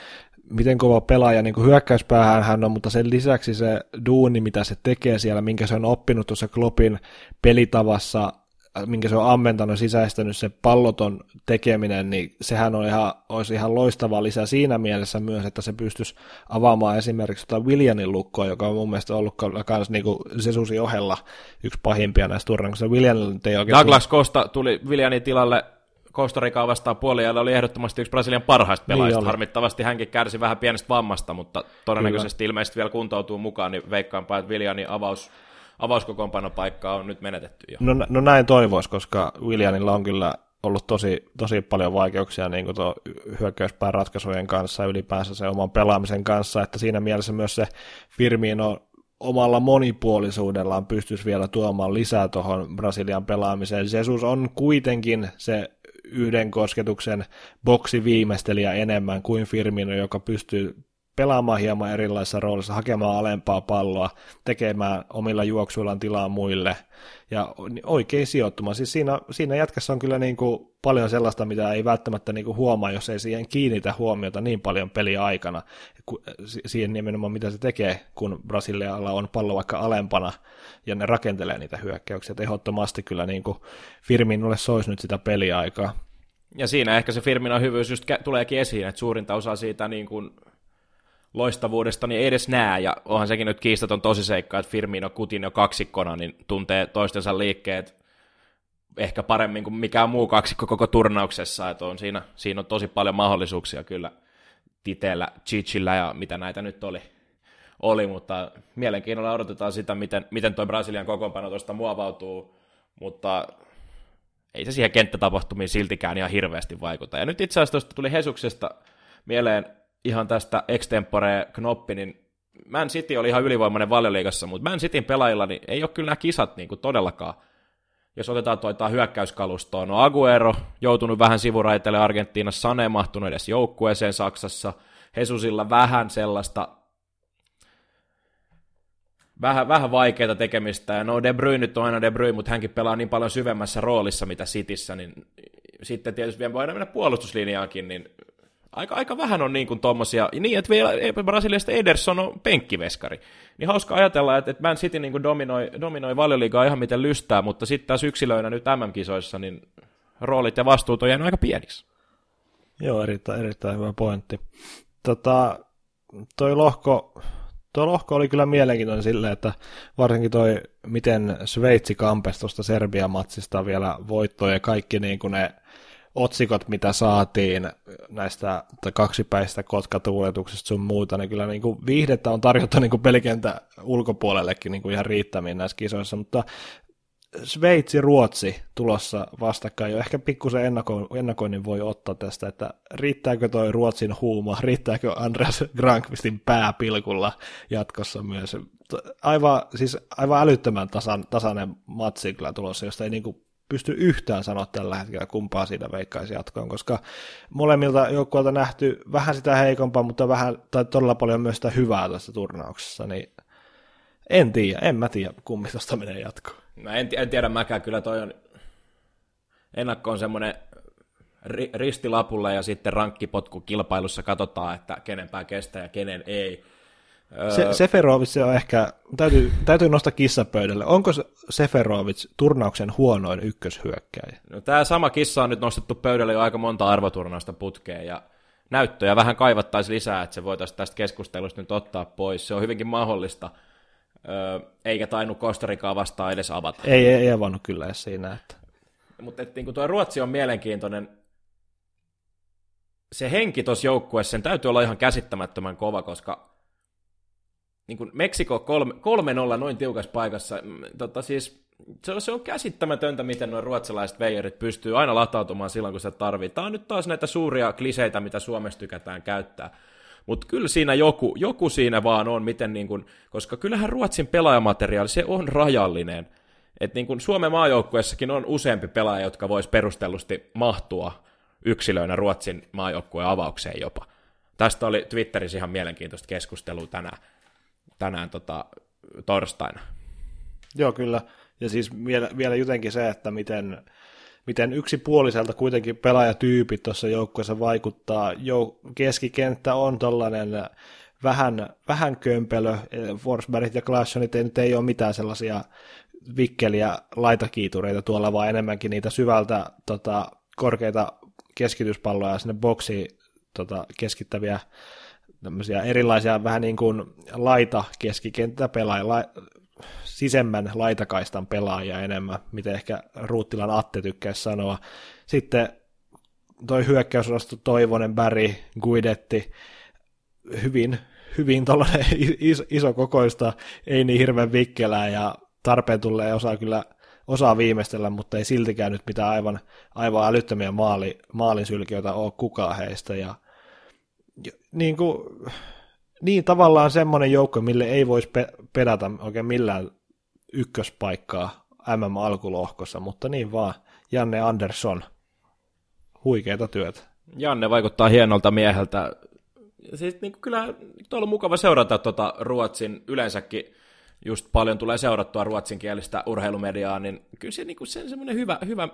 kova pelaaja niin kuin hyökkäyspäähän hän on, mutta sen lisäksi se duuni, mitä se tekee siellä, minkä se on oppinut tuossa Kloppin pelitavassa, minkä se on ammentanut, sisäistänyt se palloton tekeminen, niin sehän olisi ihan loistava lisä siinä mielessä myös, että se pystyisi avaamaan esimerkiksi Williamin lukkoa, joka on mun mielestä ollut myös niin Jesusin ohella yksi pahimpia näistä turnauksista. Williamilla ei oikein Douglas Costa tuli Williamin tilalle Costa Ricaa vastaan puoliajalla, oli ehdottomasti yksi Brasilian parhaista pelaajista. Niin harmittavasti hänkin kärsi vähän pienestä vammasta, mutta todennäköisesti ilmeisesti vielä kuntoutuu mukaan, niin veikkaanpa, että Williamin avauskokoonpanopaikkaa on nyt menetetty jo. No näin toivoisi, koska Williamilla on kyllä ollut tosi paljon vaikeuksia niin kuin hyökkäyspään ratkaisujen kanssa, ylipäänsä se oman pelaamisen kanssa, että siinä mielessä myös se Firmino omalla monipuolisuudellaan pystyisi vielä tuomaan lisää tuohon Brasilian pelaamiseen. Jesus on kuitenkin se yhden kosketuksen boksiviimeistelijä enemmän kuin Firmino, joka pystyy pelaamaan hieman erilaisissa roolissa, hakemaan alempaa palloa, tekemään omilla juoksuillaan tilaa muille ja oikein sijoittumaan. Siis siinä jätkässä on kyllä niin kuin paljon sellaista, mitä ei välttämättä niin kuin huomaa, jos ei siihen kiinnitä huomiota niin paljon peliaikana, siihen nimenomaan mitä se tekee, kun Brasilialla on pallo vaikka alempana ja ne rakentelee niitä hyökkäyksiä. Ehdottomasti kyllä niin kuin Firminolle soisi nyt sitä peliaikaa. Ja siinä ehkä se Firminon hyvyys just tuleekin esiin, että suurinta osaa siitä niin kuin loistavuudesta niin ei edes näe, ja onhan sekin nyt kiistaton tosiseikka, että Firmino Coutinho kaksikkona niin tuntee toistensa liikkeet ehkä paremmin kuin mikään muu kaksikko koko turnauksessa, että on siinä on tosi paljon mahdollisuuksia kyllä Titellä, Chichillä ja mitä näitä nyt oli, mutta mielenkiinnolla odotetaan sitä, miten tuo Brasilian kokoonpano tuosta muovautuu, mutta ei se siihen kenttätapahtumiin siltikään ihan hirveästi vaikuta. Ja nyt itse asiassa tuosta tuli Jesuksesta mieleen ihan tästä extempore-knoppi, niin Man City oli ihan ylivoimainen Valioliigassa, mutta Man Cityn pelaajilla niin ei ole kyllä nämä kisat niin kuin todellakaan. Jos otetaan hyökkäyskalustoa, no Agüero joutunut vähän sivuraiteelle Argentiinassa, Sané mahtunut edes joukkueeseen Saksassa, Jesusilla vähän sellaista vähän vaikeaa tekemistä, ja no De Bruyne nyt on aina De Bruyne, mutta hänkin pelaa niin paljon syvemmässä roolissa, mitä Cityssä, niin sitten tietysti vielä voidaan mennä puolustuslinjaankin, niin aika vähän on niin kuin tommosia, niin että vielä Brasiliasta Ederson on penkkiveskari. Niin hauska ajatella, että Man City niin kuin dominoi Valioliigaa ihan miten lystää, mutta sitten taas yksilöinä nyt MM-kisoissa, niin roolit ja vastuut on jäänyt aika pieniksi. Joo, erittäin hyvä pointti. Toi lohko oli kyllä mielenkiintoinen silleen, että varsinkin toi, miten Sveitsi kampesi tuosta Serbia-matsista vielä voittoja ja kaikki niin kuin ne otsikot, mitä saatiin näistä kaksipäistä kotkatuuletuksista sun muuta, niin kyllä niin kuin viihdettä on tarjottu niin kuin pelikentän ulkopuolellekin niin kuin ihan riittämiin näissä kisoissa, mutta Sveitsi-Ruotsi tulossa vastakkain jo. Ehkä pikkusen ennakoinnin voi ottaa tästä, että riittääkö toi Ruotsin huuma, riittääkö Andreas Granqvistin pääpilkulla jatkossa myös. Aivan älyttömän tasainen matsi kyllä tulossa, josta ei niinku pysty yhtään sanoa tällä hetkellä, kumpaa siitä veikkaisi jatkoon, koska molemmilta joukkueilta nähty vähän sitä heikompaa, mutta todella paljon myös sitä hyvää tässä turnauksessa, niin en mä tiedä, kumpi tuosta menee jatkoon. Mä en tiedä mäkään, kyllä toi on ennakko on semmoinen ristilapulla ja sitten rankkipotkukilpailussa katsotaan, että kenen pää kestää ja kenen ei. Seferovic on ehkä, täytyy nostaa kissapöydälle. Onko Seferovic turnauksen huonoin ykköshyökkäjä? No, tämä sama kissa on nyt nostettu pöydälle jo aika monta arvoturnausta putkeen ja näyttöjä vähän kaivattaisiin lisää, että se voitaisiin tästä keskustelusta nyt ottaa pois. Se on hyvinkin mahdollista. Eikä tainnut Kostarikaa vastaan edes avata. Ei avannut kyllä edes siinä. Että. Mutta niin tuo Ruotsi on mielenkiintoinen. Se henki tuossa joukkueessa, sen täytyy olla ihan käsittämättömän kova, koska niin kuin Meksiko 3-0 noin tiukassa paikassa, siis se on käsittämätöntä, miten nuo ruotsalaiset veijarit pystyy aina latautumaan silloin, kun se tarvitsee. Tämä on nyt taas näitä suuria kliseitä, mitä Suomessa tykätään käyttää. Mutta kyllä siinä joku siinä vaan on, miten niin kun, koska kyllähän Ruotsin pelaajamateriaali, se on rajallinen. Et niin kun Suomen maajoukkueessakin on useampi pelaaja, jotka vois perustellusti mahtua yksilöinä Ruotsin maajoukkueen avaukseen jopa. Tästä oli Twitterissä ihan mielenkiintoista keskustelua tänään torstaina. Joo, kyllä. Ja siis vielä jotenkin se, että miten yksipuoliselta kuitenkin pelaajatyypit tuossa joukkueessa vaikuttaa. Keskikenttä on tollainen vähän kömpelö. Forsbergit ja Klassonit ei ole mitään sellaisia vikkeliä laitakiitureita tuolla, vaan enemmänkin niitä syvältä korkeita keskityspalloja sinne boksiin keskittäviä tämmöisiä erilaisia vähän niin kuin laita-keskikenttäpelaajia, sisemmän laitakaistan pelaajia enemmän, mitä ehkä Ruuttilan Atte tykkäisi sanoa. Sitten toi hyökkäysosasto Toivonen, Berg, Guidetti, hyvin tollainen iso kokoista, ei niin hirveän vikkelää ja tarpeen tulee osaa viimeistellä, mutta ei siltikään nyt mitään aivan älyttömiä maalinsylkijöitä ole kukaan heistä. Ja niin tavallaan semmoinen joukko, mille ei voisi pedata oikein millään ykköspaikkaa MM-alkulohkossa, mutta niin vaan, Janne Andersson, huikeita työtä. Janne vaikuttaa hienolta mieheltä. Siis niin kyllä on ollut mukava seurata Ruotsin, yleensäkin just paljon tulee seurattua ruotsinkielistä urheilumediaa, niin kyllä se, niin se semmoinen hyvä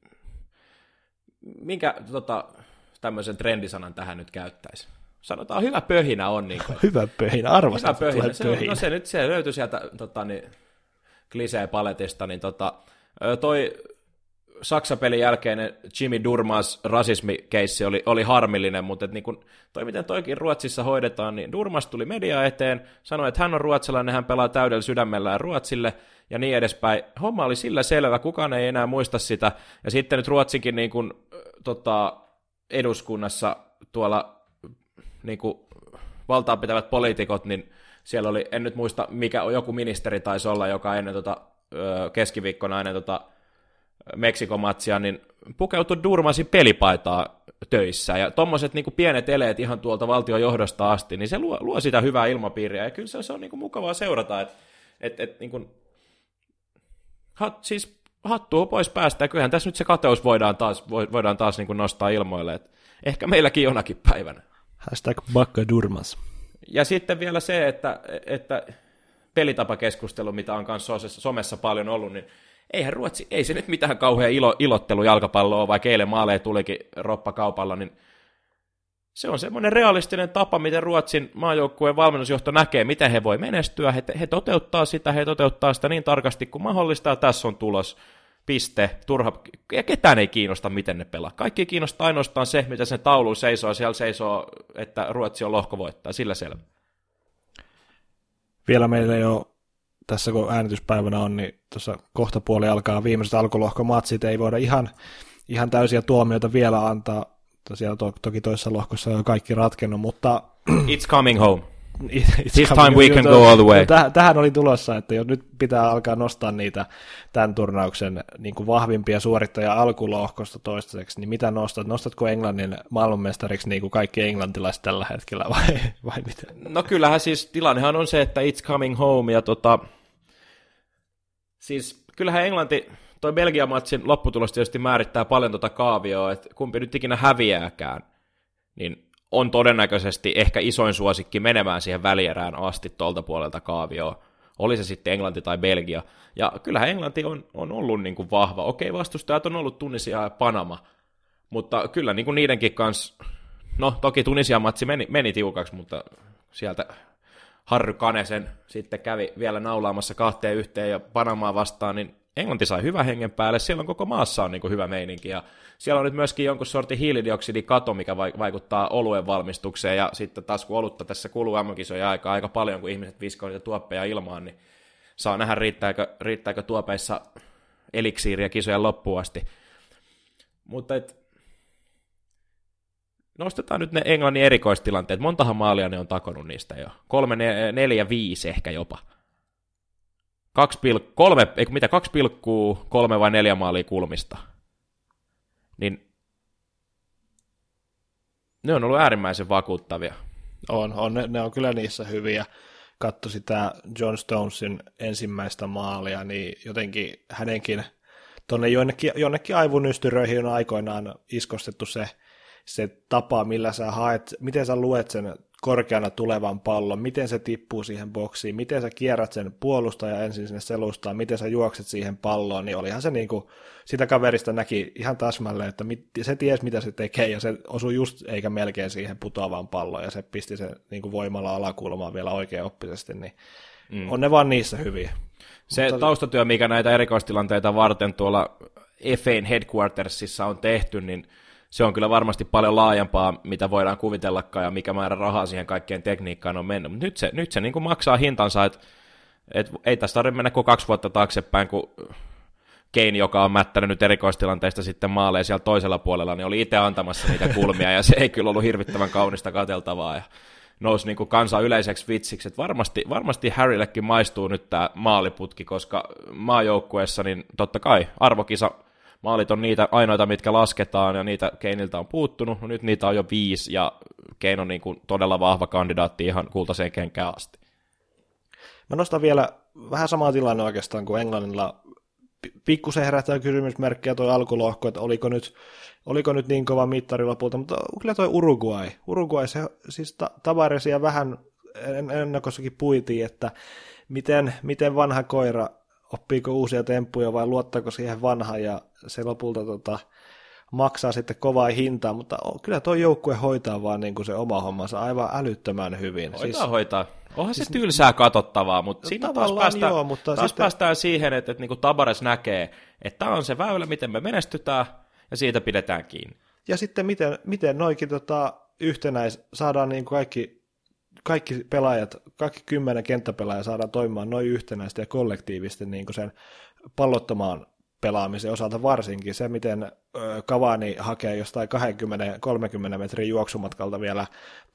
minkä tämmöisen trendisanan tähän nyt käyttäisi. Sanotaan hyvä pöhinä on. Niin kuin, hyvä pöhinä, arvostan. Hyvä pöhinä. Se löytyi sieltä klisee-paletista, niin toi Saksa-pelin jälkeinen Jimmy Durmaz rasismikeissi oli harmillinen, mutta niin kun, miten toikin Ruotsissa hoidetaan, niin Durmaz tuli media eteen, sanoi, että hän on ruotsalainen, hän pelaa täydellä sydämellään Ruotsille ja niin edespäin. Homma oli sillä selvä, kukaan ei enää muista sitä, ja sitten nyt Ruotsinkin niin kun, eduskunnassa tuolla niin kun, valtaa pitävät poliitikot, niin siellä oli, en nyt muista, mikä joku ministeri taisi olla, joka ennen keskiviikkona ennen Meksikomatsia, niin pukeutui Durmazin pelipaitaa töissä, ja tommoset niin kuin pienet eleet ihan tuolta valtion johdosta asti, niin se luo sitä hyvää ilmapiiriä, ja kyllä se on niin kuin mukavaa seurata, että niin kuin, siis hattua pois päästä, ja kyllähän tässä nyt se kateus voidaan taas niin kuin nostaa ilmoille, että ehkä meilläkin jonakin päivänä. #Bakka Durmaz. Ja sitten vielä se, että pelitapakeskustelu, mitä on kanssa somessa paljon ollut, niin eihän Ruotsi, ei se nyt mitään kauhean ilottelu jalkapalloa ole, vaikka eilen maaleja tulikin roppakaupalla, niin se on semmoinen realistinen tapa, miten Ruotsin maajoukkueen valmennusjohto näkee, miten he voi menestyä, he toteuttaa sitä niin tarkasti kuin mahdollista, ja tässä on tulos. piste, turha, ja ketään ei kiinnosta, miten ne pelaa. Kaikki kiinnostaa ainoastaan se, mitä sen tauluun seisoo, ja siellä seisoo, että Ruotsi on lohkovoittaja, sillä selvä. Vielä meillä ei ole, tässä kun äänityspäivänä on, niin tuossa kohtapuoli alkaa viimeiset alkulohkomatsit, ei voida ihan täysiä tuomioita vielä antaa, siellä toki toisessa lohkossa on kaikki ratkennut, mutta... It's coming home. This time we can go all the way. Tähän oli tulossa, että jos nyt pitää alkaa nostaa niitä tämän turnauksen niin kuin vahvimpia suorittajia alkulohkosta toistaiseksi, niin mitä nostat? Nostatko Englannin maailmanmestariksi niin kuin kaikki englantilaiset tällä hetkellä vai mitä? No kyllähän siis tilannehan on se, että it's coming home ja siis kyllähän Englanti, toi Belgia-matsin lopputulos tietysti määrittää paljon kaavioa, että kumpi nyt ikinä häviääkään, niin on todennäköisesti ehkä isoin suosikki menemään siihen välierään asti tuolta puolelta kaavioon. Oli se sitten Englanti tai Belgia. Ja kyllähän Englanti on ollut niin kuin vahva. Okei, vastustajat on ollut Tunisia ja Panama, mutta kyllä niin kuin niidenkin kanssa, no toki Tunisian matsi meni tiukaksi, mutta sieltä Harry Kanesen sitten kävi vielä naulaamassa 2-1 ja Panamaa vastaan, niin Englanti sai hyvän hengen päälle, siellä on koko maassa on niin kuin hyvä meininki, ja siellä on nyt myöskin jonkun sortin hiilidioksidikato, mikä vaikuttaa oluen valmistukseen, ja sitten taas kun olutta tässä kuluu MM-kisojen aikaa aika paljon, kun ihmiset viskoo niitä tuoppeja ilmaan, niin saa nähdä riittääkö tuopeissa eliksiiriä kisojen loppuun asti. Mutta nostetaan nyt ne Englannin erikoistilanteet, montahan maalia ne on takonut niistä jo, 3, 4, 5 ehkä jopa. 2,3 vai 4 maalia kulmista, niin ne on ollut äärimmäisen vakuuttavia. Ne on kyllä niissä hyviä. Katso sitä John Stonesin ensimmäistä maalia, niin jotenkin hänenkin tuonne jonnekin aivonystyröihin on aikoinaan iskostettu se tapa, millä sä haet, miten sä luet sen korkeana tulevan pallon, miten se tippuu siihen boksiin, miten sä kierrät sen puolustaja ensin sinne selustaan, miten sä juokset siihen palloon, niin olihan se niinku, sitä kaverista näki ihan täsmälleen, että se tiesi mitä se tekee, ja se osui just eikä melkein siihen putoavaan palloon, ja se pisti sen niinku voimalla alakulmaan vielä oikeaoppisesti, niin on ne vaan niissä hyviä. Se taustatyö, mikä näitä erikoistilanteita varten tuolla FA:n headquartersissa on tehty, niin se on kyllä varmasti paljon laajempaa, mitä voidaan kuvitellakaan, ja mikä määrä rahaa siihen kaikkeen tekniikkaan on mennyt. Mutta nyt se niin kuin maksaa hintansa, että ei tästä tarvitse mennä kuin 2 vuotta taaksepäin, kun Kane, joka on mättänyt nyt erikoistilanteista sitten maaleen siellä toisella puolella, niin oli itse antamassa niitä kulmia, ja se ei kyllä ollut hirvittävän kaunista katseltavaa, ja nousi niin kuin kansan yleiseksi vitsiksi, että varmasti Harryllekin maistuu nyt tämä maaliputki, koska maajoukkueessa, niin totta kai arvokisa, maalit on niitä ainoita, mitkä lasketaan, ja niitä Kaneilta on puuttunut. No nyt niitä on jo 5, ja Kane on niin kuin todella vahva kandidaatti ihan kultaiseen kenkään asti. Mä nostan vielä vähän sama tilanne oikeastaan kuin Englannilla. Pikkusen herättää kysymysmerkkiä tuo alkulohko, että oliko nyt niin kova mittari lopulta, mutta kyllä tuo Uruguay se siis Tavaresia vähän ennakossakin puitiin, että miten vanha koira, oppiiko uusia temppuja vai luottaako siihen vanhaan, ja se lopulta maksaa sitten kovaa hintaa, mutta kyllä tuo joukkue hoitaa vaan niin kuin se oma hommansa aivan älyttömän hyvin. Hoitaa. Onhan siis, se tylsää katsottavaa, mutta siinä taas päästään siihen, että niin kuin Tabares näkee, että tämä on se väylä, miten me menestytään, ja siitä pidetään kiinni. Ja sitten miten noikin saadaan niin kuin kaikki pelaajat, kaikki 10 kenttäpelaajaa saadaan toimimaan noin yhtenäisesti ja kollektiivisesti niin kuin sen pallottomaan pelaamisen osalta varsinkin. Se, miten Cavani hakee jostain 20-30 metrin juoksumatkalta vielä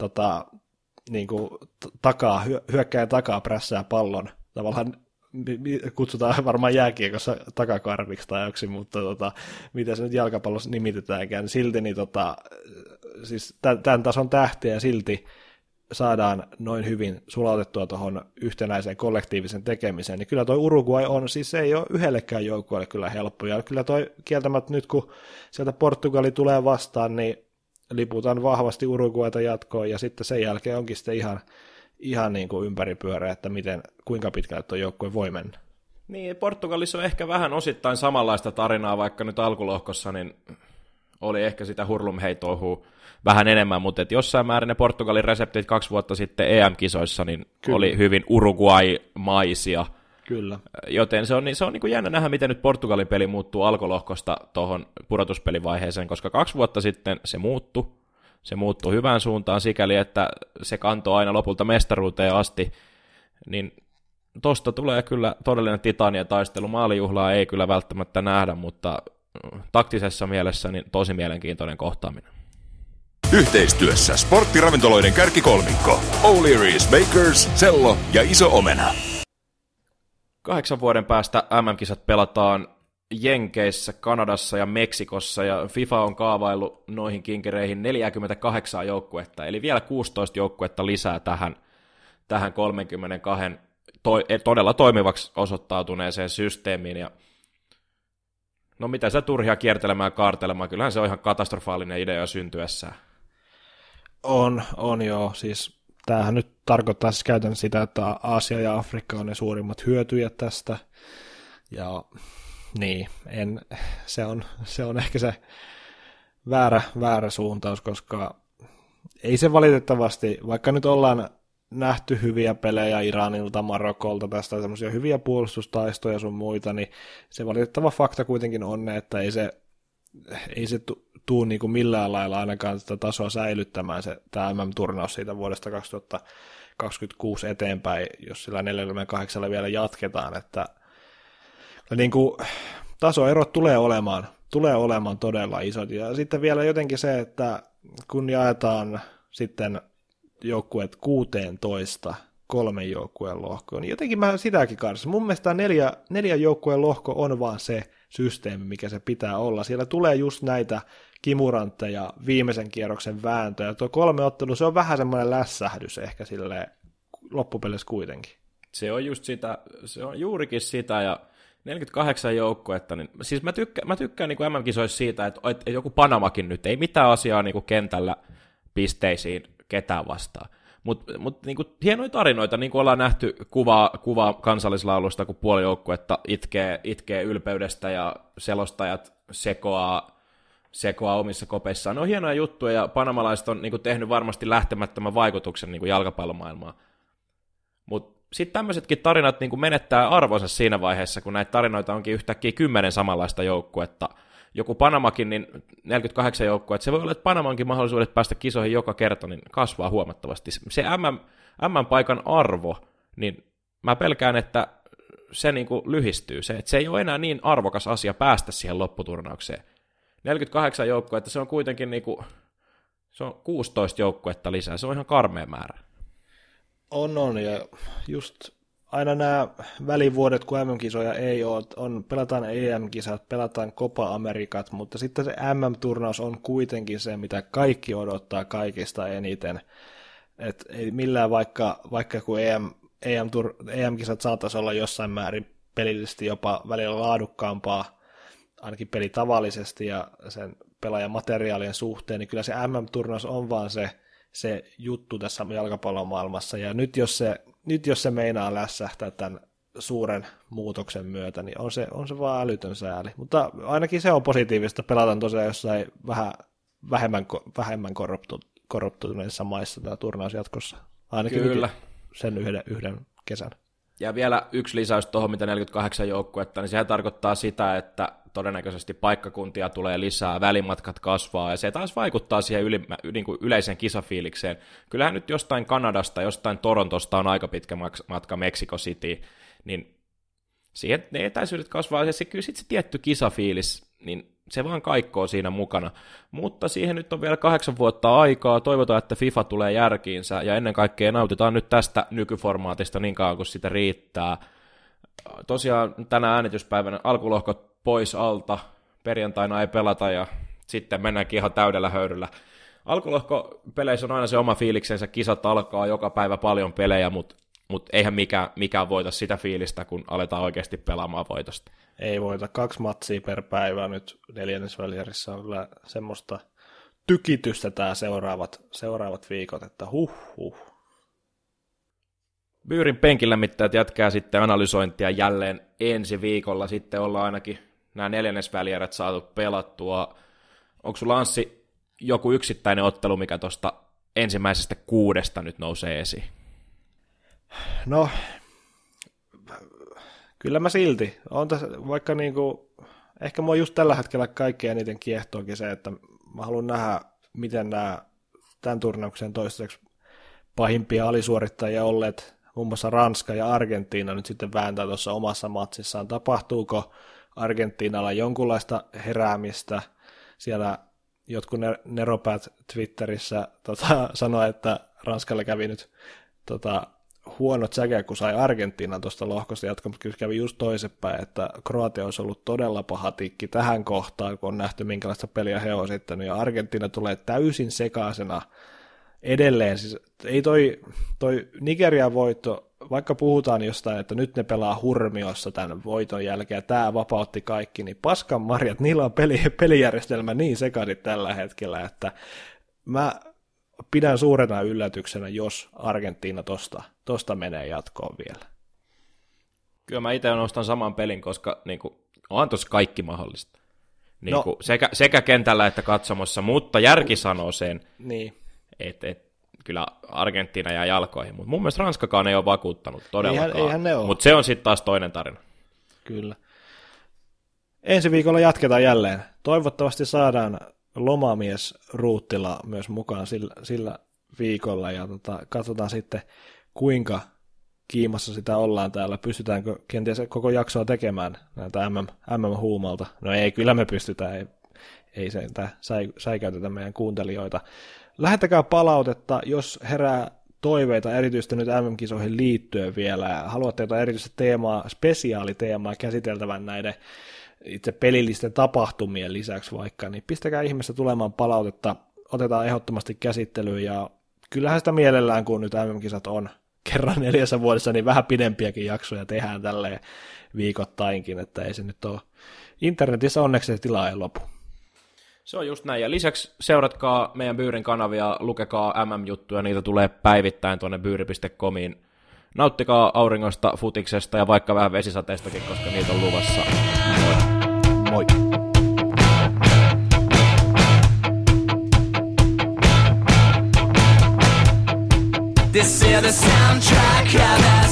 niin kuin hyökkäjän takaa prässää pallon. Tavallaan kutsutaan varmaan jääkiekossa takakarviksi tai joksi, mutta mitä se nyt jalkapallossa nimitetäänkään, silti niin siis tämän tason tähtiä silti saadaan noin hyvin sulautettua tuohon yhtenäiseen kollektiivisen tekemiseen, niin kyllä toi Uruguay on, siis se ei ole yhdellekään joukkueelle kyllä helppo, ja kyllä toi kieltämättä nyt, kun sieltä Portugali tulee vastaan, niin liputaan vahvasti Uruguayta jatkoon, ja sitten sen jälkeen onkin sitten ihan niin kuin ympäripyörä, että kuinka pitkälle tuo joukkue voi mennä. Niin, Portugalissa on ehkä vähän osittain samanlaista tarinaa, vaikka nyt alkulohkossa, niin oli ehkä sitä hurlumheitohua vähän enemmän, mutta jossain määrin ne Portugalin reseptit 2 vuotta sitten EM-kisoissa niin oli hyvin Uruguay-maisia. Kyllä. Joten se on niin kuin jännä nähdä, miten nyt Portugalin peli muuttuu alkolohkosta tuohon pudotuspelivaiheeseen, koska 2 vuotta sitten se muuttui. Se muuttui hyvään suuntaan sikäli, että se kantoi aina lopulta mestaruuteen asti, niin tosta tulee kyllä todellinen titania-taistelu. Maalijuhlaa ei kyllä välttämättä nähdä, mutta taktisessa mielessä niin tosi mielenkiintoinen kohtaaminen. Yhteistyössä sporttiravintoloiden kärkikolmikko O'Learys, Bakers, Sello ja Iso Omena. 8 vuoden päästä MM-kisat pelataan Jenkeissä, Kanadassa ja Meksikossa, ja FIFA on kaavaillut noihin kinkereihin 48 joukkuetta, eli vielä 16 joukkuetta lisää tähän 32 todella toimivaksi osoittautuneeseen systeemiin, ja no mitä se turhia kiertelemään ja kaartelemaan, kyllähän se on ihan katastrofaalinen idea syntyessään. On joo, siis tämähän nyt tarkoittaa siis käytännössä sitä, että Aasia ja Afrikka on ne suurimmat hyötyjät tästä, ja niin, se on ehkä se väärä suuntaus, koska ei se valitettavasti, vaikka nyt ollaan nähty hyviä pelejä Iranilta, Marokolta, tästä semmoisia hyviä puolustustaistoja sun muita, niin se valitettava fakta kuitenkin on, että ei se tuu niin kuin millään lailla ainakaan tätä tasoa säilyttämään tämä MM-turnaus siitä vuodesta 2026 eteenpäin, jos sillä 48 vielä jatketaan, että niin kuin tasoerot tulee olemaan todella isot, ja sitten vielä jotenkin se, että kun jaetaan sitten joukkueet 16 kolmen joukkueen lohkoon, niin jotenkin mä sitäkin kanssa. Mun mielestä 4 joukkueen lohko on vaan se systeemi, mikä se pitää olla. Siellä tulee just näitä kimurantteja, viimeisen kierroksen vääntöjä. Tuo 3 ottelu, se on vähän semmoinen lässähdys ehkä silleen loppupeleissä kuitenkin. Se on just sitä, se on juurikin sitä, ja 48 joukkuetta, niin siis mä tykkään niin kuin MM-kisoissa siitä, että joku Panamakin nyt ei mitään asiaa niin kuin kentällä pisteisiin ketään vastaan. Mutta niin kuin hienoja tarinoita, niin kuin ollaan nähty kuvaa kansallislaulusta, kun puoli joukkuetta itkee ylpeydestä ja selostajat sekoaa omissa kopeissaan. Ne on hienoja juttuja, ja panamalaiset on niin kuin tehnyt varmasti lähtemättömän vaikutuksen niin kuin jalkapallomaailmaan. Mutta sitten tämmöisetkin tarinat niin kuin menettää arvonsa siinä vaiheessa, kun näitä tarinoita onkin yhtäkkiä 10 samanlaista joukkuetta. Joku Panamakin, niin 48 joukkuetta, se voi olla, että Panamankin mahdollisuudet päästä kisoihin joka kerta niin kasvaa huomattavasti. Se MM-paikan arvo, niin mä pelkään, että se niin kuin lyhistyy. Se ei ole enää niin arvokas asia päästä siihen lopputurnaukseen. 48 joukkuetta, se on kuitenkin niin kuin, se on 16 joukkuetta lisää, se on ihan karmea määrä. On, ja just aina nämä välivuodet, kun MM-kisoja ei ole, pelataan EM-kisat, pelataan Copa Americat, mutta sitten se MM-turnaus on kuitenkin se, mitä kaikki odottaa kaikista eniten. Et ei millään vaikka kun EM-kisat saattaisi olla jossain määrin pelillisesti jopa välillä laadukkaampaa, ainakin pelitavallisesti ja sen pelaajamateriaalien suhteen, niin kyllä se MM-turnaus on vaan se juttu tässä jalkapallomaailmassa, ja nyt jos se meinaa lässähtää tämän suuren muutoksen myötä, niin on se vaan älytön sääli. Mutta ainakin se on positiivista, pelataan tosiaan jossain vähemmän korruptoituneissa maissa tämä turnaus jatkossa. Ainakin kyllä. Sen yhden kesän. Ja vielä yksi lisäys tuohon, mitä 48 joukkuetta, niin sehän tarkoittaa sitä, että todennäköisesti paikkakuntia tulee lisää, välimatkat kasvaa, ja se taas vaikuttaa siihen niin kuin yleiseen kisafiilikseen. Kyllähän nyt jostain Kanadasta, jostain Torontosta on aika pitkä matka Mexico City, niin siihen ne etäisyydet kasvaa, ja kyllä sitten se tietty kisafiilis, niin se vaan kaikkoo siinä mukana. Mutta siihen nyt on vielä 8 vuotta aikaa, toivotaan, että FIFA tulee järkiinsä, ja ennen kaikkea nautitaan nyt tästä nykyformaatista niin kauan kuin sitä riittää. Tosiaan tänä äänityspäivänä alkulohkot pois alta, perjantaina ei pelata, ja sitten mennäänkin ihan täydellä höyryllä. Alkulohkopeleissä on aina se oma fiiliksensä, kisat alkaa joka päivä paljon pelejä, mutta eihän mikään voita sitä fiilistä, kun aletaan oikeasti pelaamaan voitosta. Ei voita, 2 matsia per päivä nyt neljännesvälierissä on kyllä semmoista tykitystä tämä seuraavat viikot, että huh. Byyrin penkilämmittäjät jatkaa sitten analysointia jälleen ensi viikolla. Sitten ollaan ainakin nämä neljännesvälierät saatu pelattua. Onko sulla, Anssi, joku yksittäinen ottelu, mikä tuosta ensimmäisestä 6 nyt nousee esiin? No, Kyllä mä silti. On tässä, vaikka niinku, ehkä mua just tällä hetkellä kaikkein eniten kiehtookin se, että mä haluan nähdä, miten nämä tämän turnauksen toistaiseksi pahimpia alisuorittajia olleet, muun muassa Ranska ja Argentiina nyt sitten vääntää tuossa omassa matsissaan. Tapahtuuko Argentiinalla jonkunlaista heräämistä? Siellä jotkut neropäät Twitterissä sanoi, että Ranskalle kävi nyt huono säkä, kun sai Argentiinan tuosta lohkosta jatkoon, mutta kyllä kävi just toisinpäin, että Kroatia olisi ollut todella paha tikki tähän kohtaan, kun on nähty minkälaista peliä he on esittänyt, ja Argentiina tulee täysin sekaisena edelleen. Siis ei toi Nigerian voitto, vaikka puhutaan jostain, että nyt ne pelaa hurmiossa tämän voiton jälkeen, ja tämä vapautti kaikki, niin paskan marjat, niillä on pelijärjestelmä niin sekaisin tällä hetkellä, että mä pidän suurena yllätyksenä, jos Argentiina tosta menee jatkoon vielä. Kyllä mä itse nostan saman pelin, koska onhan tuossa kaikki mahdollista. Sekä kentällä että katsomossa, mutta järki sanoo sen, että kyllä Argentiina jää jalkoihin. Mutta mun mielestä Ranskakaan ei ole vakuuttanut todellakaan. Eihän ne ole. Mutta se on sitten taas toinen tarina. Kyllä. Ensi viikolla jatketaan jälleen. Toivottavasti saadaan lomamies Ruuttila myös mukaan sillä viikolla, ja katsotaan sitten, kuinka kiimassa sitä ollaan täällä. Pystytäänkö kenties koko jaksoa tekemään näitä MM-huumalta? No ei, kyllä me pystytään. Ei se säikäytetä meidän kuuntelijoita. Lähettäkää palautetta, jos herää toiveita erityisesti nyt MM-kisoihin liittyen vielä, ja haluatte jotain erityistä teemaa, spesiaaliteemaa käsiteltävän näiden itse pelillisten tapahtumien lisäksi vaikka, niin pistäkää ihmeessä tulemaan palautetta, otetaan ehdottomasti käsittelyyn, ja kyllähän sitä mielellään, kun nyt MM-kisat on kerran 4 vuodessa, niin vähän pidempiäkin jaksoja tehdään tälleen viikoittainkin, että ei se nyt ole. Internetissä onneksi se tila ei lopu. Se on just näin, ja lisäksi seuratkaa meidän Byyrin kanavia, lukekaa MM-juttuja, niitä tulee päivittäin tuonne byyri.comiin. Nauttikaa auringosta, futiksesta ja vaikka vähän vesisateestakin, koska niitä on luvassa. Moi! This is the soundtrack of the